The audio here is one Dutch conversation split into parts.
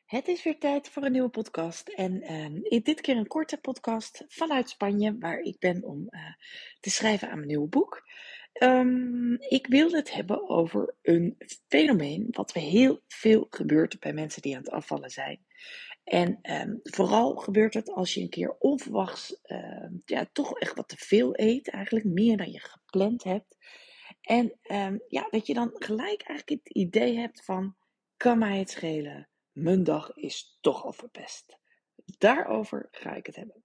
Het is weer tijd voor een nieuwe podcast. En dit keer een korte podcast vanuit Spanje, waar ik ben om te schrijven aan mijn nieuwe boek. Ik wil het hebben over een fenomeen wat heel veel gebeurt bij mensen die aan het afvallen zijn. En vooral gebeurt het als je een keer onverwachts toch echt wat te veel eet, eigenlijk meer dan je gepland hebt. En dat je dan gelijk eigenlijk het idee hebt van, kan mij het schelen? Mijn dag is toch al verpest. Daarover ga ik het hebben.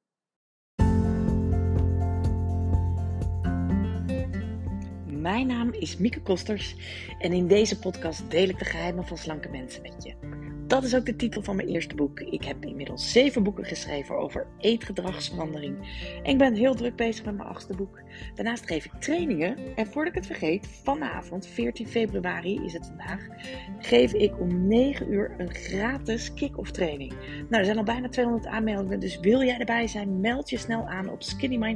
Mijn naam is Mieke Kosters en in deze podcast deel ik de geheimen van slanke mensen met je. Dat is ook de titel van mijn eerste boek. Ik heb inmiddels 7 boeken geschreven over eetgedragsverandering. En ik ben heel druk bezig met mijn 8e boek. Daarnaast geef ik trainingen. En voordat ik het vergeet, vanavond, 14 februari is het vandaag, geef ik om 9 uur een gratis kick-off training. Nou, er zijn al bijna 200 aanmeldingen, dus wil jij erbij zijn, meld je snel aan op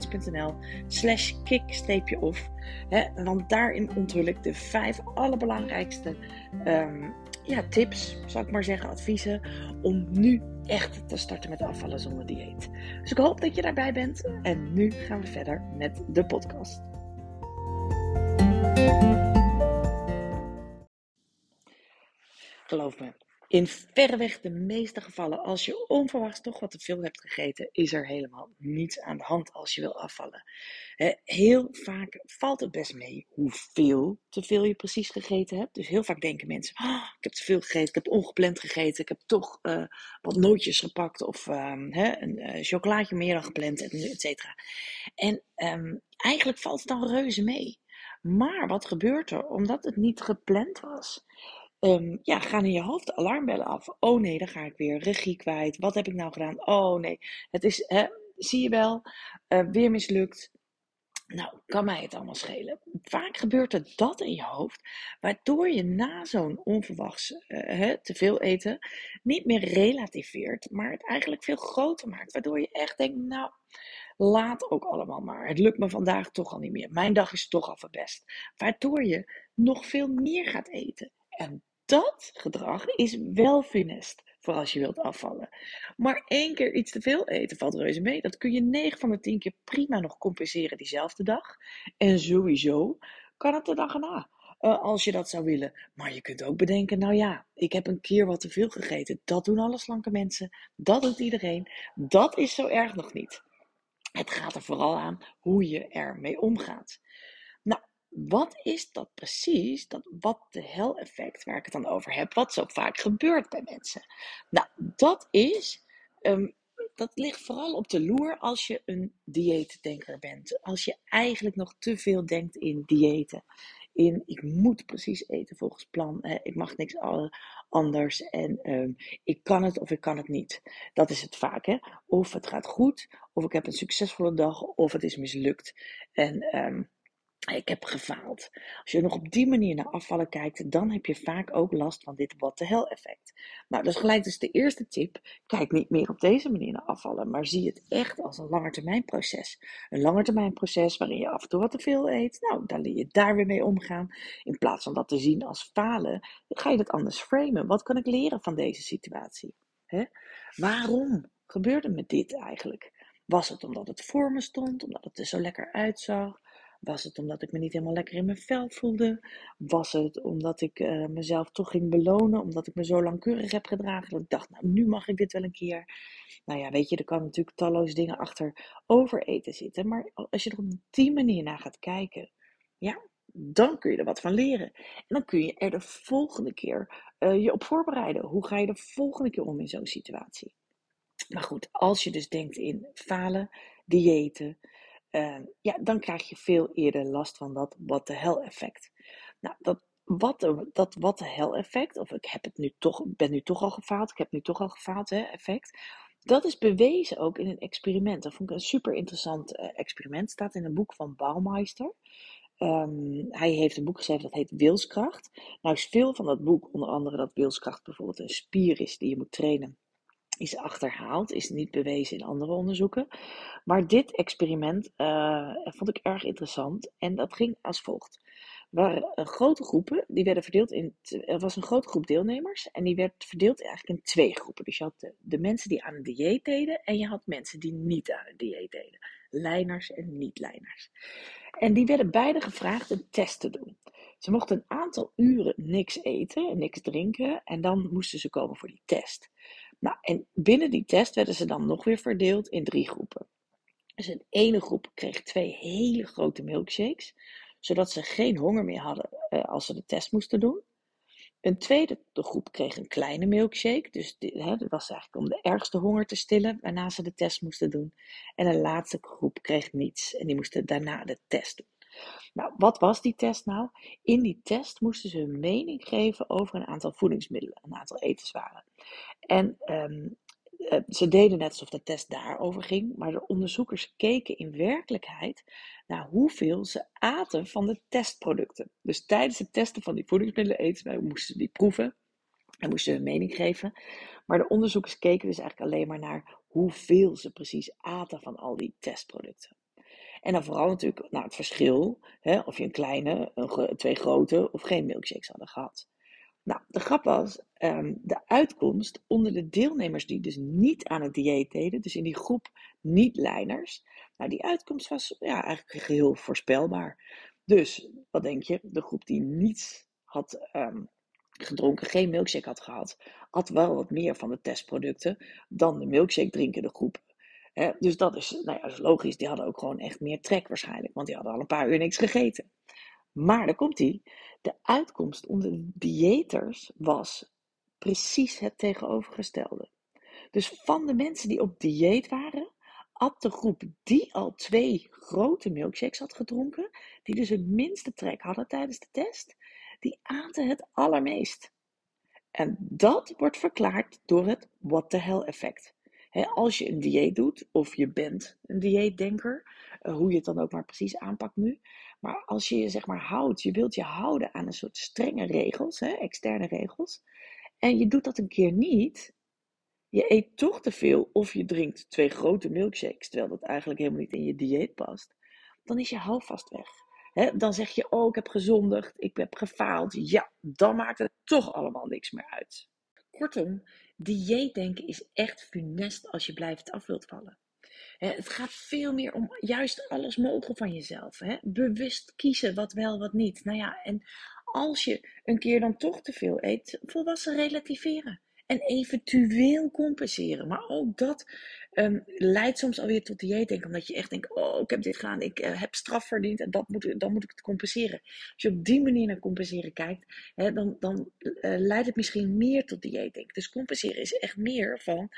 skinnyminds.nl/kick-off. Want daarin onthul ik de 5 allerbelangrijkste tips, zou ik maar zeggen, adviezen, om nu echt te starten met afvallen zonder dieet. Dus ik hoop dat je daarbij bent. En nu gaan we verder met de podcast. Geloof me, in verreweg de meeste gevallen, als je onverwachts toch wat te veel hebt gegeten, is er helemaal niets aan de hand als je wil afvallen. Heel vaak valt het best mee hoeveel te veel je precies gegeten hebt. Dus heel vaak denken mensen, ik heb te veel gegeten, ik heb ongepland gegeten, ik heb toch wat nootjes gepakt of een chocolaatje meer dan gepland, et cetera. En eigenlijk valt het dan reuze mee. Maar wat gebeurt er? Omdat het niet gepland was, gaan in je hoofd de alarmbellen af. Oh nee, dan ga ik weer regie kwijt. Wat heb ik nou gedaan? Oh nee, het is, zie je wel, weer mislukt. Nou, kan mij het allemaal schelen. Vaak gebeurt er dat in je hoofd, waardoor je na zo'n onverwachts te veel eten niet meer relativeert, maar het eigenlijk veel groter maakt. Waardoor je echt denkt, nou, laat ook allemaal maar. Het lukt me vandaag toch al niet meer. Mijn dag is toch al verpest. Waardoor je nog veel meer gaat eten. En dat gedrag is wel funest voor als je wilt afvallen. Maar 1 keer iets te veel eten valt reuze mee. Dat kun je 9 van de 10 keer prima nog compenseren diezelfde dag. En sowieso kan het de dag erna. Als je dat zou willen. Maar je kunt ook bedenken, nou ja, ik heb een keer wat te veel gegeten. Dat doen alle slanke mensen. Dat doet iedereen. Dat is zo erg nog niet. Het gaat er vooral aan hoe je ermee omgaat. Nou, wat is dat precies, dat what the hell effect, waar ik het dan over heb, wat zo vaak gebeurt bij mensen? Nou, dat ligt vooral op de loer als je een dieetdenker bent. Als je eigenlijk nog te veel denkt in diëten. Ik moet precies eten volgens plan. Ik mag niks anders. En ik kan het of ik kan het niet. Dat is het vaak. Hè? Of het gaat goed. Of ik heb een succesvolle dag. Of het is mislukt. En ik heb gefaald. Als je nog op die manier naar afvallen kijkt, dan heb je vaak ook last van dit what the hell effect. Nou, dat is gelijk dus de eerste tip. Kijk niet meer op deze manier naar afvallen, maar zie het echt als een langetermijnproces. Een langetermijnproces waarin je af en toe wat te veel eet. Nou, dan leer je daar weer mee omgaan. In plaats van dat te zien als falen, ga je dat anders framen. Wat kan ik leren van deze situatie? Waarom gebeurde me dit eigenlijk? Was het omdat het voor me stond, omdat het er zo lekker uitzag? Was het omdat ik me niet helemaal lekker in mijn vel voelde? Was het omdat ik mezelf toch ging belonen, omdat ik me zo langkeurig heb gedragen dat ik dacht, nou, nu mag ik dit wel een keer. Nou ja, weet je, er kan natuurlijk talloze dingen achter overeten zitten. Maar als je er op die manier naar gaat kijken, ja, dan kun je er wat van leren. En dan kun je er de volgende keer je op voorbereiden. Hoe ga je de volgende keer om in zo'n situatie? Maar goed, als je dus denkt in falen, diëten, dan krijg je veel eerder last van dat what the hell effect. Nou, dat what the hell effect, of ben nu toch al gefaald, ik heb nu toch al gefaald effect. Dat is bewezen ook in een experiment. Dat vond ik een super interessant experiment. Staat in een boek van Baumeister. Hij heeft een boek geschreven dat heet Wilskracht. Nou is veel van dat boek, onder andere dat wilskracht bijvoorbeeld een spier is die je moet trainen, is achterhaald, is niet bewezen in andere onderzoeken. Maar dit experiment vond ik erg interessant en dat ging als volgt. waren grote groepen, die werden verdeeld er was een grote groep deelnemers en die werd verdeeld eigenlijk in twee groepen. Dus je had de mensen die aan een dieet deden en je had mensen die niet aan een dieet deden. Lijners en niet-lijners. En die werden beide gevraagd een test te doen. Ze mochten een aantal uren niks eten en niks drinken en dan moesten ze komen voor die test. Nou, en binnen die test werden ze dan nog weer verdeeld in drie groepen. Dus een ene groep kreeg twee hele grote milkshakes, zodat ze geen honger meer hadden als ze de test moesten doen. Een tweede groep kreeg een kleine milkshake, dus dat was eigenlijk om de ergste honger te stillen waarna ze de test moesten doen. En een laatste groep kreeg niets en die moesten daarna de test doen. Nou, wat was die test nou? In die test moesten ze hun mening geven over een aantal voedingsmiddelen, een aantal etenswaren. En ze deden net alsof de test daarover ging, maar de onderzoekers keken in werkelijkheid naar hoeveel ze aten van de testproducten. Dus tijdens het testen van die voedingsmiddelen moesten ze die proeven en moesten hun mening geven. Maar de onderzoekers keken dus eigenlijk alleen maar naar hoeveel ze precies aten van al die testproducten. En dan vooral natuurlijk het verschil, of je een kleine, twee grote of geen milkshakes hadden gehad. Nou, de grap was, de uitkomst onder de deelnemers die dus niet aan het dieet deden, dus in die groep niet-lijners, nou, die uitkomst was eigenlijk geheel voorspelbaar. Dus, wat denk je, de groep die niets had gedronken, geen milkshake had gehad, had wel wat meer van de testproducten dan de milkshake drinkende groep. Dus dat is, dat is logisch, die hadden ook gewoon echt meer trek waarschijnlijk, want die hadden al een paar uur niks gegeten. Maar daar komt ie. De uitkomst onder de diëters was precies het tegenovergestelde. Dus van de mensen die op dieet waren, at de groep die al twee grote milkshakes had gedronken, die dus het minste trek hadden tijdens de test, die aten het allermeest. En dat wordt verklaard door het what the hell effect. Als je een dieet doet, of je bent een dieetdenker, hoe je het dan ook maar precies aanpakt nu. Maar als je je zeg maar houdt, je wilt je houden aan een soort strenge regels, externe regels. En je doet dat een keer niet, je eet toch te veel of je drinkt twee grote milkshakes, terwijl dat eigenlijk helemaal niet in je dieet past. Dan is je houvast weg. Dan zeg je, oh ik heb gezondigd, ik heb gefaald. Ja, dan maakt het toch allemaal niks meer uit. Kortom, dieetdenken is echt funest als je blijft af wilt vallen. Het gaat veel meer om juist alles mogen van jezelf. Bewust kiezen wat wel, wat niet. Nou ja, en als je een keer dan toch te veel eet, volwassen relativeren. En eventueel compenseren. Maar ook dat leidt soms alweer tot dieetdenken. Omdat je echt denkt, oh ik heb dit gedaan, ik heb straf verdiend en dan moet ik het compenseren. Als je op die manier naar compenseren kijkt, dan leidt het misschien meer tot dieetdenken. Dus compenseren is echt meer van,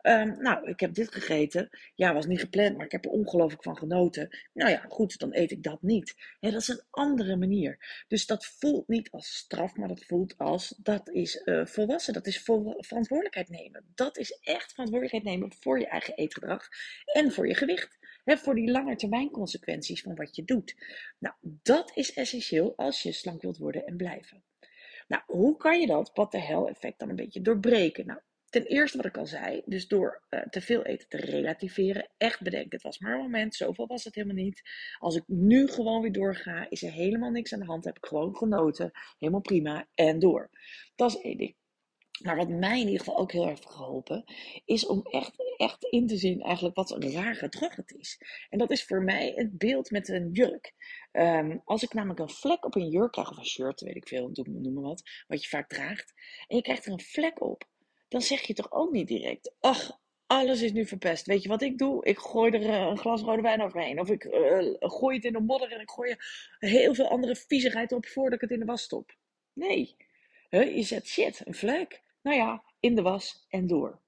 nou ik heb dit gegeten. Ja, was niet gepland, maar ik heb er ongelooflijk van genoten. Nou ja, goed, dan eet ik dat niet. Dat is een andere manier. Dus dat voelt niet als straf, maar dat voelt als, dat is volwassen. Dat is verantwoordelijkheid nemen. Dat is echt verantwoordelijkheid nemen voor je eigen eetgedrag en voor je gewicht. Voor die langetermijn consequenties van wat je doet. Nou, dat is essentieel als je slank wilt worden en blijven. Nou, hoe kan je dat what the hell effect dan een beetje doorbreken? Nou, ten eerste wat ik al zei, dus door te veel eten te relativeren. Echt bedenken, het was maar een moment, zoveel was het helemaal niet. Als ik nu gewoon weer doorga, is er helemaal niks aan de hand. Heb ik gewoon genoten, helemaal prima en door. Dat is één ding. Maar wat mij in ieder geval ook heel erg heeft geholpen, is om echt in te zien eigenlijk wat een raar gedrag het is. En dat is voor mij het beeld met een jurk. Als ik namelijk een vlek op een jurk krijg, of een shirt, weet ik veel, noem maar wat je vaak draagt, en je krijgt er een vlek op, dan zeg je toch ook niet direct, ach, alles is nu verpest. Weet je wat ik doe? Ik gooi er een glas rode wijn overheen. Of ik gooi het in de modder en ik gooi er heel veel andere viezigheid op voordat ik het in de was stop. Nee. Je zet shit, een vlek. Nou ja, in de was en door.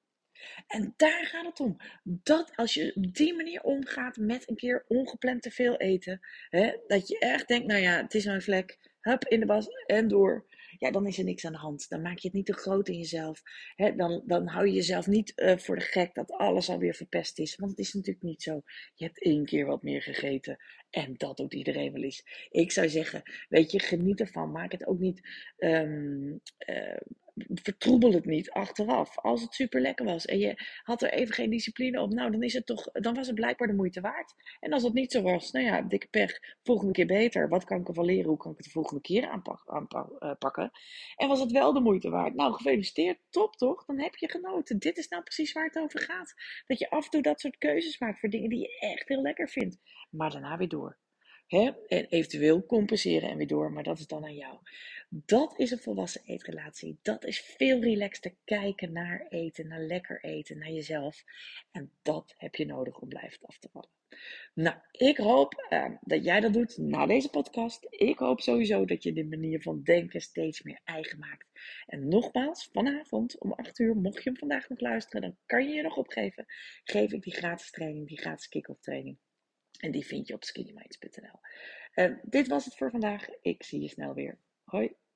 En daar gaat het om. Dat als je op die manier omgaat met een keer ongepland te veel eten. Dat je echt denkt, nou ja, het is een vlek. Hup, in de was en door. Ja, dan is er niks aan de hand. Dan maak je het niet te groot in jezelf. Dan hou je jezelf niet voor de gek dat alles alweer verpest is. Want het is natuurlijk niet zo. Je hebt 1 keer wat meer gegeten. En dat doet iedereen wel eens. Ik zou zeggen, weet je, geniet ervan. Maak het ook niet vertroebel het niet achteraf. Als het super lekker was en je had er even geen discipline op, nou dan was het blijkbaar de moeite waard. En als dat niet zo was, nou ja, dikke pech, volgende keer beter. Wat kan ik ervan leren? Hoe kan ik het de volgende keer aanpakken? En was het wel de moeite waard? Nou, gefeliciteerd, top toch? Dan heb je genoten. Dit is nou precies waar het over gaat. Dat je af en toe dat soort keuzes maakt voor dingen die je echt heel lekker vindt. Maar daarna weer door. Hè? En eventueel compenseren en weer door, maar dat is dan aan jou. Dat is een volwassen eetrelatie. Dat is veel relaxter kijken naar eten, naar lekker eten, naar jezelf. En dat heb je nodig om blijven af te vallen. Nou, ik hoop dat jij dat doet na deze podcast. Ik hoop sowieso dat je de manier van denken steeds meer eigen maakt. En nogmaals, vanavond om 8 uur, mocht je hem vandaag nog luisteren, dan kan je je nog opgeven. Geef ik die gratis training, die gratis kick-off training. En die vind je op skinnyminds.nl. Dit was het voor vandaag. Ik zie je snel weer. Hoi.